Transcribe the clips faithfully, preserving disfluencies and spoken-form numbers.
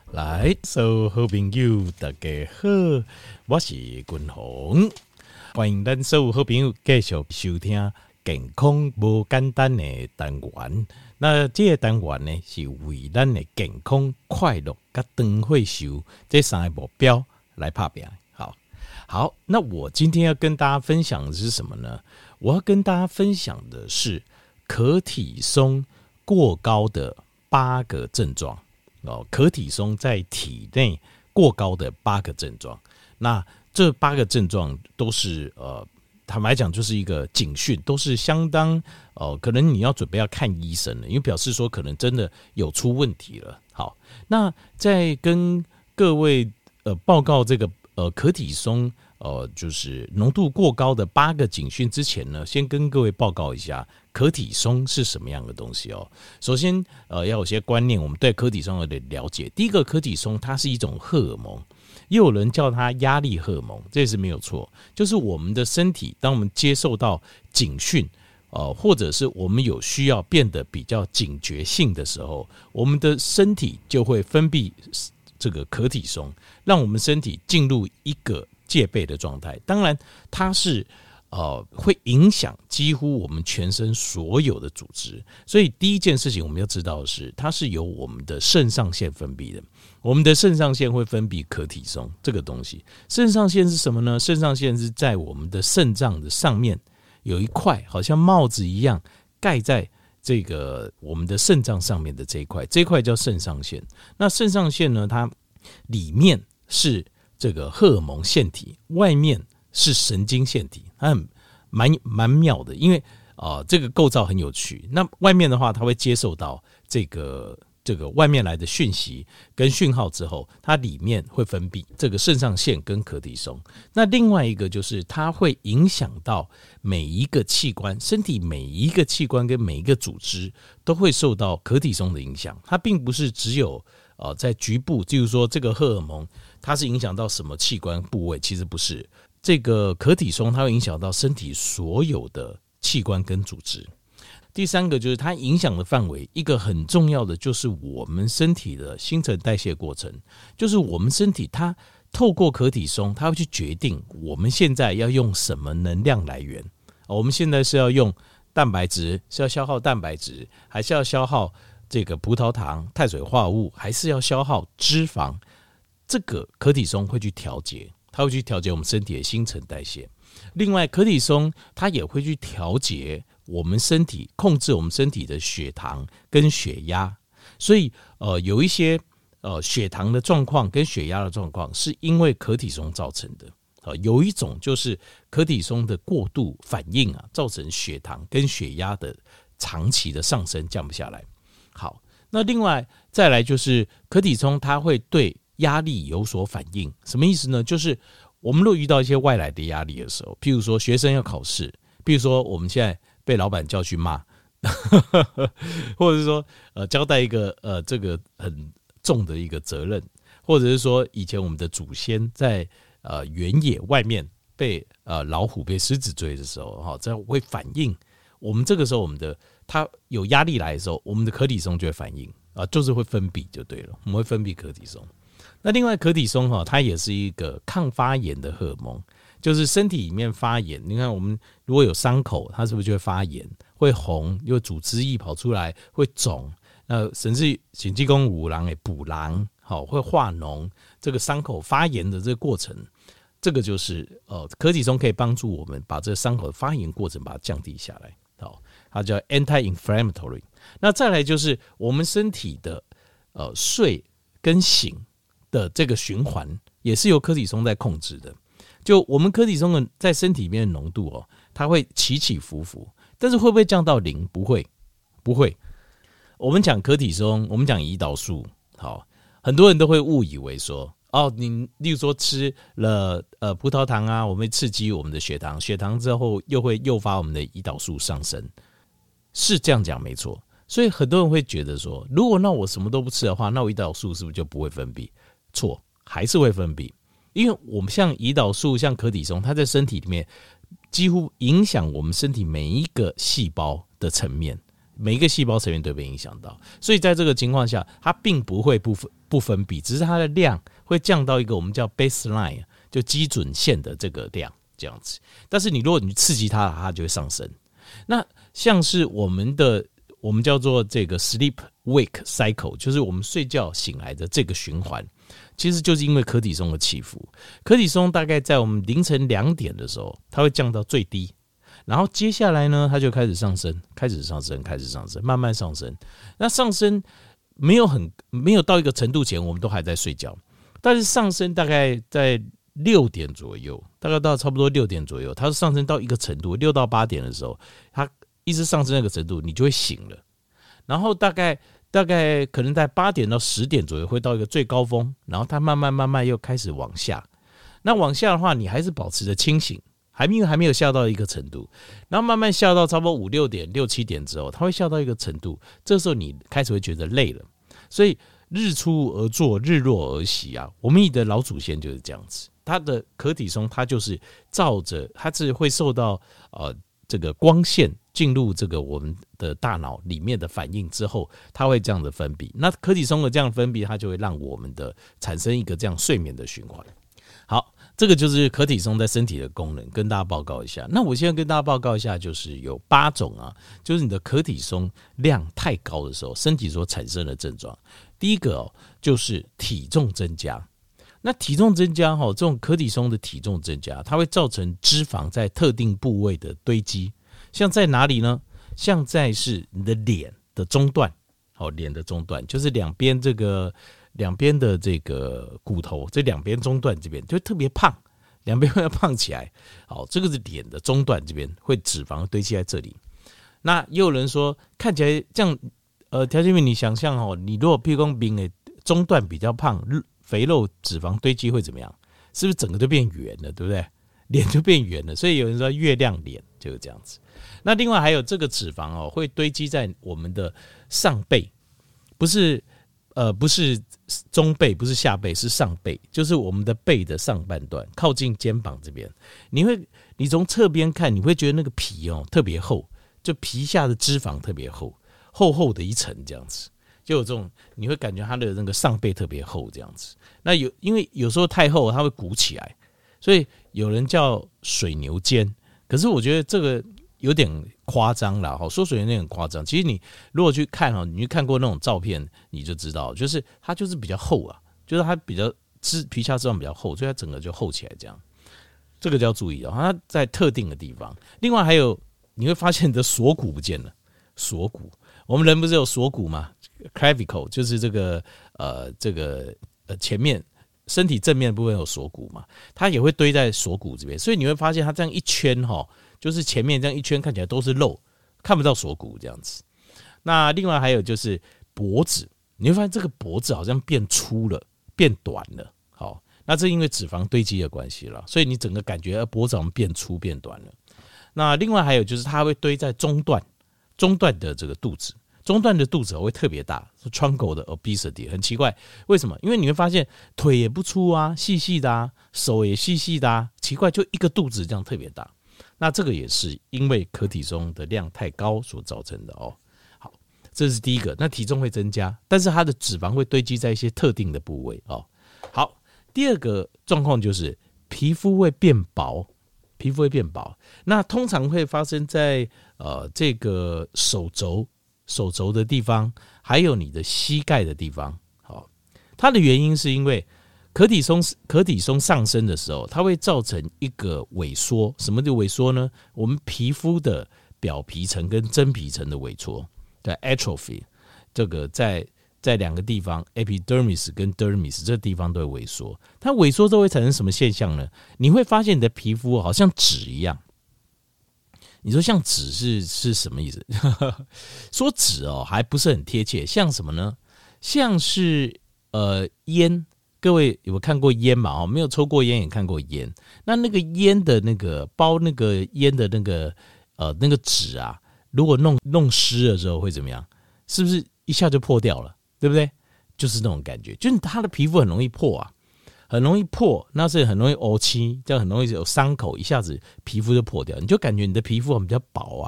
来，所有好朋友大家好，我是君鸿，欢迎咱所有好朋友继续收听健康无简单的单元。那这个单元呢，是为咱的健康、快乐跟长寿寿这三个目标来打拼。好，好，那我今天要跟大家分享的是什么呢？我要跟大家分享的是可体松过高的八个症状。哦，可体松在体内过高的八个症状，那这八个症状都是呃，坦白讲就是一个警讯，都是相当呃，可能你要准备要看医生了，因为表示说可能真的有出问题了。好，那在跟各位呃报告这个呃可体松呃就是浓度过高的八个警讯之前呢，先跟各位报告一下可体松是什么样的东西哦。首先呃要有些观念，我们对可体松有点了解。第一个，可体松它是一种荷尔蒙，也有人叫它压力荷尔蒙，这是没有错，就是我们的身体当我们接受到警讯呃，或者是我们有需要变得比较警觉性的时候，我们的身体就会分泌这个可体松，让我们身体进入一个戒备的状态。当然它是呃会影响几乎我们全身所有的组织，所以第一件事情我们要知道的是，它是由我们的肾上腺分泌的。我们的肾上腺会分泌可体松这个东西。肾上腺是什么呢？肾上腺是在我们的肾脏的上面有一块好像帽子一样盖在这个我们的肾脏上面的这一块，这一块叫肾上腺。那肾上腺呢，它里面是这个荷尔蒙腺体，外面是神经腺体，它很蛮蛮妙的，因为啊、呃、这个构造很有趣。那外面的话，它会接受到这个这个外面来的讯息跟讯号之后，它里面会分泌这个肾上腺跟可体松。那另外一个就是它会影响到每一个器官，身体每一个器官跟每一个组织都会受到可体松的影响。它并不是只有呃在局部，例如说这个荷尔蒙它是影响到什么器官部位，其实不是。这个可体松它会影响到身体所有的器官跟组织。第三个就是它影响的范围，一个很重要的就是我们身体的新陈代谢过程，就是我们身体它透过可体松，它会去决定我们现在要用什么能量来源。我们现在是要用蛋白质，是要消耗蛋白质，还是要消耗这个葡萄糖、碳水化合物，还是要消耗脂肪？这个可体松会去调节。它会去调节我们身体的新陈代谢。另外，可体松它也会去调节我们身体，控制我们身体的血糖跟血压。所以，呃，有一些呃血糖的状况跟血压的状况，是因为可体松造成的。呃，有一种就是可体松的过度反应啊，造成血糖跟血压的长期的上升，降不下来。好，那另外再来就是可体松，它会对压力有所反应。什么意思呢？就是我们若遇到一些外来的压力的时候，譬如说学生要考试，譬如说我们现在被老板叫去骂或者是说呃交代一个呃这个很重的一个责任，或者是说以前我们的祖先在呃原野外面被呃老虎被狮子追的时候，哈，这会反应。我们这个时候我们的它有压力来的时候，我们的可体松就会反应啊、呃，就是会分泌就对了，我们会分泌可体松。那另外可体松哈，它也是一个抗发炎的荷尔蒙，就是身体里面发炎。你看我们如果有伤口，它是不是就会发炎、会红，因为组织液跑出来会肿？那甚至肾气功五郎诶补囊，好会化脓。这个伤口发炎的这个过程，这个就是呃可体松可以帮助我们把这个伤口的发炎过程把它降低下来。好，它叫 anti-inflammatory。那再来就是我们身体的呃睡跟醒的这个循环也是由可体松在控制的。就我们可体松的在身体里面的浓度哦，它会起起伏伏，但是会不会降到零？不会，不会。我们讲可体松，我们讲胰岛素，好，很多人都会误以为说，哦，你例如说吃了呃葡萄糖啊，我们会刺激我们的血糖，血糖之后又会诱发我们的胰岛素上升，是这样讲没错。所以很多人会觉得说，如果那我什么都不吃的话，那我胰岛素是不是就不会分泌？错，还是会分泌。因为我们像胰岛素、像可体松，它在身体里面几乎影响我们身体每一个细胞的层面， 每一个细胞成员都被影响到，所以在这个情况下，它并不会不分不分泌，只是它的量会降到一个我们叫 baseline， 就基准线的这个量这样子。但是你如果你刺激它，它就会上升。那像是我们的我们叫做这个 sleep wake cycle， 就是我们睡觉醒来的这个循环，其实就是因为可体松的起伏。可体松大概在我们凌晨两点的时候，它会降到最低。然后接下来呢，它就开始上升，开始上升，开始上升，慢慢上升。那上升没有很没有到一个程度前，我们都还在睡觉。但是上升大概在六点左右，大概到差不多六点左右，它上升到一个程度，六到八点的时候，它一直上升那个程度，你就会醒了。然后大概大概可能在八点到十点左右会到一个最高峰，然后它慢慢慢慢又开始往下。那往下的话，你还是保持着清醒。还没有还没有下到一个程度，然后慢慢下到差不多五六点、六七点之后，它会下到一个程度，这时候你开始会觉得累了。所以日出而作，日落而息啊，我们的老祖先就是这样子，它的可体松它就是照着，它是会受到呃这个光线进入这个我们的大脑里面的反应之后，它会这样的分泌。那可体松的这样分泌，它就会让我们的产生一个这样睡眠的循环。好，这个就是可体松在身体的功能，跟大家报告一下。那我现在跟大家报告一下，就是有八种啊，就是你的可体松量太高的时候，身体所产生的症状。第一个哦，就是体重增加。那体重增加哈，这种可体松的体重增加，它会造成脂肪在特定部位的堆积。像在哪里呢？像在是你的脸的中段，好，脸的中段就是两边这个。两边的这个骨头，这两边中段这边就会特别胖，两边会胖起来。好，这个是脸的中段这边会脂肪堆积在这里。那也有人说，看起来这样，呃，条件面你想象哦，你如果譬如说脸的中段比较胖，肥肉脂肪堆积会怎么样？是不是整个都变圆了，对不对？脸就变圆了，所以有人说月亮脸就是这样子。那另外还有这个脂肪哦，会堆积在我们的上背，不是。呃，不是中背，不是下背，是上背，就是我们的背的上半段，靠近肩膀这边。你会，你从侧边看，你会觉得那个皮哦特别厚，就皮下的脂肪特别厚，厚厚的一层这样子，就有这种，你会感觉它的那个上背特别厚这样子。那有，因为有时候太厚，它会鼓起来，所以有人叫水牛肩。可是我觉得这个有点夸张啦，说水牛肩很夸张。其实你如果去看哦，你去看过那种照片，你就知道，就是它就是比较厚啊，就是它比较脂皮下脂肪比较厚，所以它整个就厚起来这样。这个就要注意哦，它在特定的地方。另外还有，你会发现你的锁骨不见了。锁骨，我们人不是有锁骨吗 ？clavicle 就是这个呃这个呃前面身体正面的部分有锁骨嘛，它也会堆在锁骨这边，所以你会发现它这样一圈哈。就是前面这样一圈看起来都是肉，看不到锁骨这样子。那另外还有就是脖子，你会发现这个脖子好像变粗了，变短了。好，那这因为脂肪堆积的关系了，所以你整个感觉脖子好像变粗变短了。那另外还有就是它会堆在中段，中段的这个肚子，中段的肚子会特别大，是川狗的 obesity， 很奇怪，为什么？因为你会发现腿也不粗啊，细细的啊，手也细细的啊，奇怪，就一个肚子这样特别大。那这个也是因为可体松的量太高所造成的哦。好，这是第一个。那体重会增加，但是它的脂肪会堆积在一些特定的部位哦。好，第二个状况就是皮肤会变薄，皮肤会变薄。那通常会发生在呃这个手肘、手肘的地方，还有你的膝盖的地方。好，它的原因是因为。可体松可体松上升的时候，它会造成一个萎缩。什么叫萎缩呢？我们皮肤的表皮层跟真皮层的萎缩，对 atrophy， 这个在在两个地方 epidermis 跟 dermis 这个地方都会萎缩。它萎缩之后会产生什么现象呢？你会发现你的皮肤好像纸一样。你说像纸是是什么意思？说纸哦还不是很贴切，像什么呢？像是呃烟。各位有看过烟嘛？没有抽过烟也看过烟。那那个烟的那个包那个烟的那个呃那个纸啊，如果弄弄湿了之后会怎么样？是不是一下就破掉了？对不对？就是那种感觉，就是他的皮肤很容易破啊，很容易破，那是很容易凹漆，这样很容易有伤口，一下子皮肤就破掉，你就感觉你的皮肤很比较薄啊，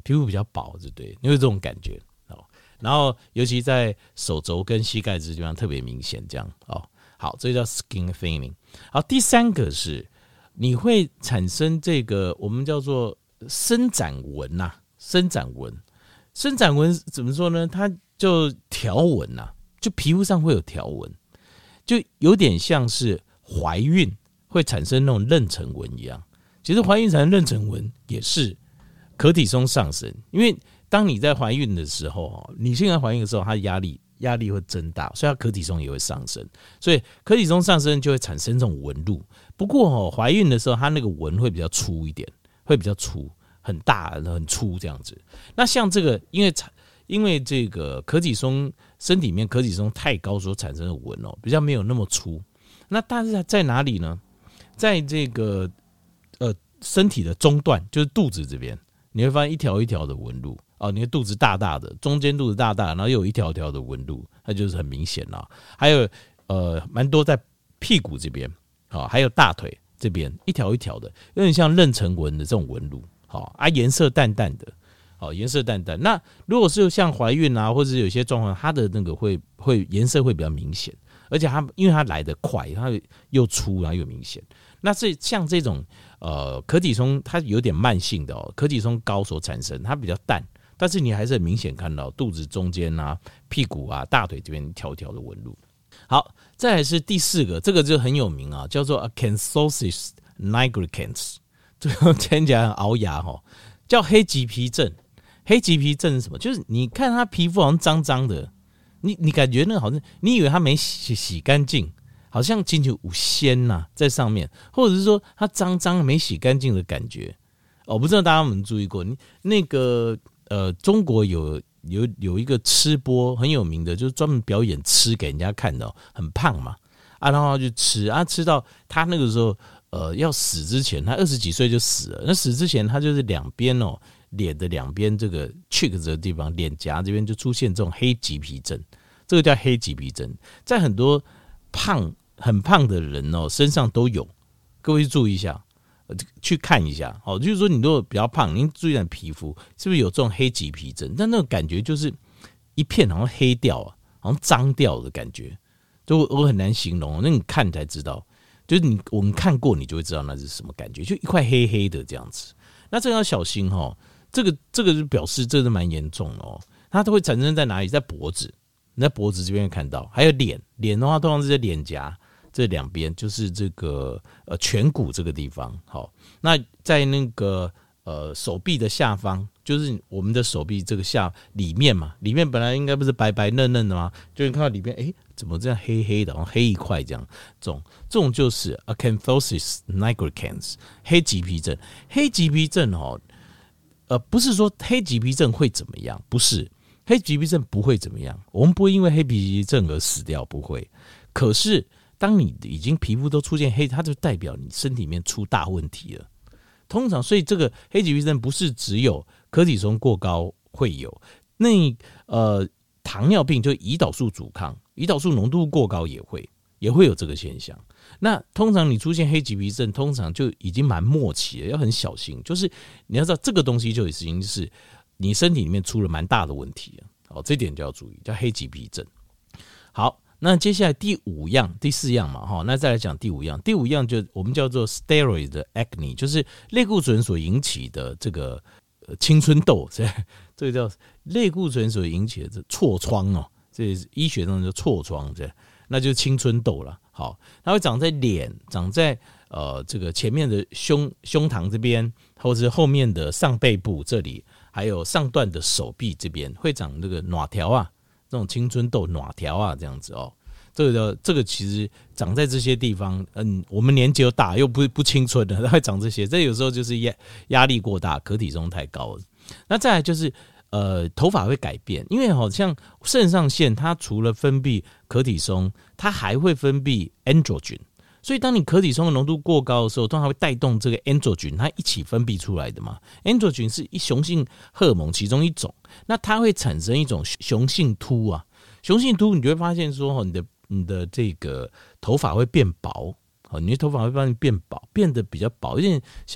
皮肤比较薄，对不对？因为这种感觉哦。然后尤其在手肘跟膝盖这地方特别明显，这样哦。好，这叫 skin thinning。好，第三个是你会产生这个我们叫做伸展纹呐、啊，伸展纹，伸展纹怎么说呢？它就条纹呐、啊，就皮肤上会有条纹，就有点像是怀孕会产生那种妊娠纹一样。其实怀孕产生妊娠纹也是可体松上升，因为当你在怀孕的时候，女性在怀孕的时候，她的压力压力会增大，所以她可体松也会上升，所以可体松上升就会产生这种纹路。不过怀孕的时候，她那个纹会比较粗一点，会比较粗，很大很粗这样子。那像这个，因为因为这个可体松身体里面可体松太高所产生的纹哦，比较没有那么粗。那但是在哪里呢？在这个呃身体的中段，就是肚子这边，你会发现一条一条的纹路哦。你的肚子大大的，中间肚子大大，然后又有一条条的纹路，它就是很明显啦。还有呃蛮多在屁股这边，好、哦，还有大腿这边一条一条的，有点像妊娠纹的这种纹路，好、哦、啊，颜色淡淡的，好、哦，颜色淡淡。那如果是像怀孕啊，或者有些状况，它的那个会会颜色会比较明显。而且它因为它来得快，它又粗然后又明显。那这像这种呃可体松，它有点慢性的哦，可体松高所产生，它比较淡，但是你还是很明显看到肚子中间啊、屁股啊、大腿这边一条条的纹路。好，再来是第四个，这个就很有名啊，叫做 acanthosis nigricans， 这个听起来很熬牙哈，叫黑棘皮症。黑棘皮症是什么？就是你看它皮肤好像脏脏的。你你感觉那个好像，你以为它没洗洗干净，好像进去有鲜呐在上面，或者是说它脏脏没洗干净的感觉。我、哦、不知道大家有没有注意过，你那个呃，中国有有有一个吃播很有名的，就是专门表演吃给人家看的、哦，很胖嘛啊，然后他就吃啊，吃到他那个时候呃要死之前，他二十几岁就死了。那死之前他就是两边哦。脸的两边这个 cheek 的地方，脸颊这边就出现这种黑棘皮症，这个叫黑棘皮症，在很多胖很胖的人哦身上都有，各位注意一下，去看一下，好，就是说你如果比较胖，您注意点皮肤是不是有这种黑棘皮症？但那种感觉就是一片好像黑掉啊，好像脏掉的感觉，就我很难形容，那你看才知道，就是你我们看过，你就会知道那是什么感觉，就一块黑黑的这样子。那这个要小心哈。这个这个就表示这是蛮严重的哦，它都会产生在哪里？在脖子，你在脖子这边会看到，还有脸，脸的话通常是在脸颊这两边，就是这个呃颧骨这个地方。好，那在那个呃手臂的下方，就是我们的手臂这个下里面嘛，里面本来应该不是白白嫩嫩的吗？就你看到里面，哎，怎么这样黑黑的，好像黑一块这样，这种这种就是 acanthosis nigricans 黑棘皮症，黑棘皮症哦。呃，不是说黑棘皮症会怎么样，不是，黑棘皮症不会怎么样，我们不会因为黑皮症而死掉，不会。可是当你已经皮肤都出现黑，它就代表你身体里面出大问题了。通常，所以这个黑棘皮症不是只有可体松过高会有，那呃糖尿病就胰岛素阻抗，胰岛素浓度过高也会也会有这个现象。那通常你出现黑棘皮症，通常就已经蛮末期了，要很小心。就是你要知道这个东西就已经是你身体里面出了蛮大的问题了，好，这点就要注意，叫黑棘皮症。好，那接下来第五样、第四样嘛，哈，那再来讲第五样。第五样就我们叫做 steroid 的 acne， 就是类固醇所引起的这个青春痘，这个叫类固醇所引起的这痤疮哦，这医学中叫痤疮，这那就是青春痘了。好，它会长在脸，长在呃这个前面的胸胸膛这边，或者是后面的上背部这里，还有上段的手臂这边会长这个卵条啊，这种青春痘卵条啊这样子哦。这个这个其实长在这些地方，嗯，我们年纪又大又不不青春的，它会长这些，这有时候就是压压力过大，可体松太高了。那再来就是。呃，头发会改变，因为好像肾上腺它除了分泌可体松，它还会分泌 androgen， 所以当你可体松的浓度过高的时候，通常会带动这个 androgen 它一起分泌出来的嘛。androgen 是一雄性荷尔蒙其中一种，那它会产生一种雄性秃啊，雄性秃你就会发现说，你的你的这个头发会变薄，你的头发会发现变薄，变得比较薄，有点像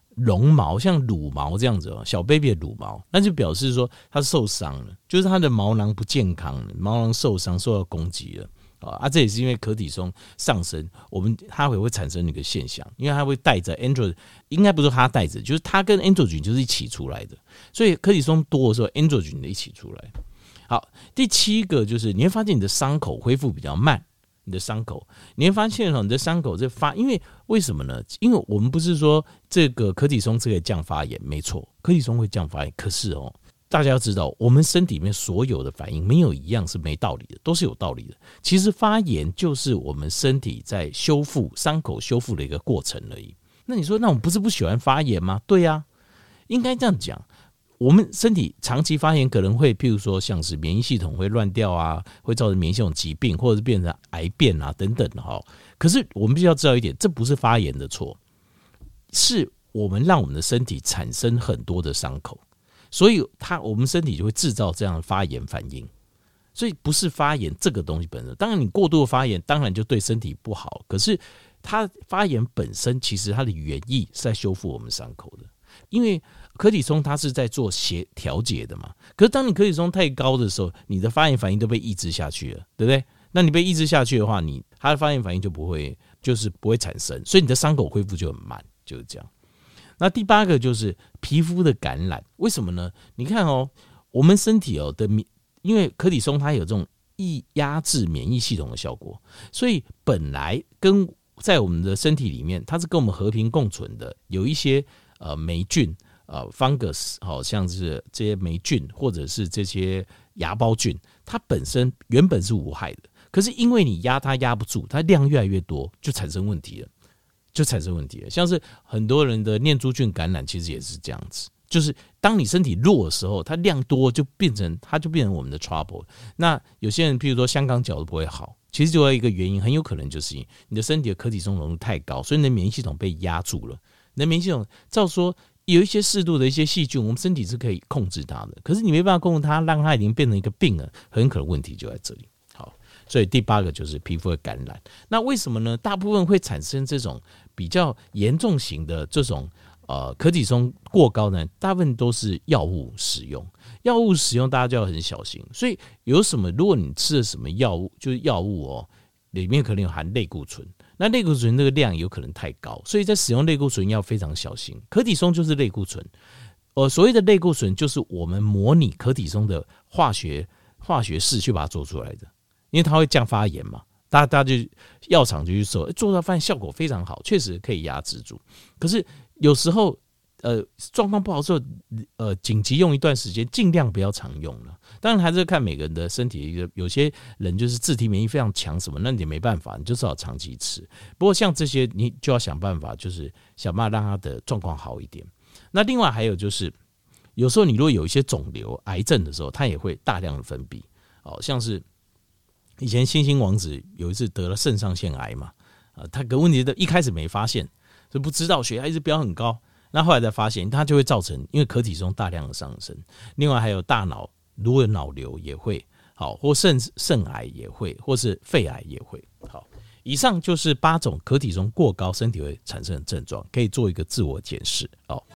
绒毛，像乳毛这样子哦，小 baby 的乳毛，那就表示说它受伤了，就是它的毛囊不健康了，毛囊受伤受到攻击了。啊，这也是因为可体松上升，我们它也会产生一个现象，因为它会带着 androgen， 应该不是它带着，就是它跟 androgen 就是一起出来的，所以可体松多的时候 androgen 一起出来。好，第七个就是你会发现你的伤口恢复比较慢，你的伤口你会发现你的伤口这发，因为为什么呢？因为我们不是说这个可体松这个降发炎，没错，可体松会降发炎，可是哦。大家要知道，我们身体里面所有的反应没有一样是没道理的，都是有道理的。其实发炎就是我们身体在修复伤口修复的一个过程而已。那你说，那我们不是不喜欢发炎吗？对啊，应该这样讲。我们身体长期发炎可能会，譬如说像是免疫系统会乱掉啊，会造成免疫系统疾病，或者是变成癌变啊等等的哈。可是我们必须要知道一点，这不是发炎的错，是我们让我们的身体产生很多的伤口。所以它我们身体就会制造这样的发炎反应，所以不是发炎这个东西本身。当然，你过度的发炎当然就对身体不好。可是它发炎本身其实它的原意是在修复我们伤口的，因为可体松它是在做协调节的嘛。可是当你可体松太高的时候，你的发炎反应都被抑制下去了，对不对？那你被抑制下去的话，你它的发炎反应就不会就是不会产生，所以你的伤口恢复就很慢，就是这样。那第八个就是皮肤的感染，为什么呢？你看哦，我们身体哦的，因为可体松它有这种抑压制免疫系统的效果，所以本来跟在我们的身体里面，它是跟我们和平共存的，有一些呃霉菌、呃 fungus， 好像是这些霉菌或者是这些芽孢菌，它本身原本是无害的，可是因为你压它压不住，它量越来越多，就产生问题了。就产生问题了，像是很多人的念珠菌感染，其实也是这样子。就是当你身体弱的时候，它量多就变成，它就变成我们的 trouble。那有些人，譬如说香港脚都不会好，其实就有一个原因，很有可能就是你的身体的可体松浓度太高，所以你的免疫系统被压住了。你的免疫系统，照说有一些适度的一些细菌，我们身体是可以控制它的，可是你没办法控制它，让它已经变成一个病了，很可能问题就在这里。所以第八个就是皮肤的感染。那为什么呢？大部分会产生这种比较严重型的这种呃可体松过高呢？大部分都是药物使用，药物使用大家就要很小心。所以有什么，如果你吃了什么药物，就是药物哦，里面可能有含类固醇，那类固醇这个量有可能太高，所以在使用类固醇要非常小心。可体松就是类固醇，呃，所谓的类固醇就是我们模拟可体松的化学化学式去把它做出来的。因为它会降发炎嘛，大家大家就药厂就去做，做到发现效果非常好，确实可以压制住。可是有时候，呃，状况不好的时候，呃，紧急用一段时间，尽量不要常用了。当然还是看每个人的身体，有些人就是自体免疫非常强，什么那你也没办法，你就只好长期吃。不过像这些，你就要想办法，就是想办法让他的状况好一点。那另外还有就是，有时候你如果有一些肿瘤、癌症的时候，它也会大量的分泌，哦，像是。以前星星王子有一次得了肾上腺癌嘛，呃，他个问题的一开始没发现，就不知道血压一直飙很高，那后来才发现，它就会造成因为可体松大量的上升。另外还有大脑如果有脑瘤也会好，或肾肾癌也会，或是肺癌也会好。以上就是八种可体松过高身体会产生的症状，可以做一个自我检视哦。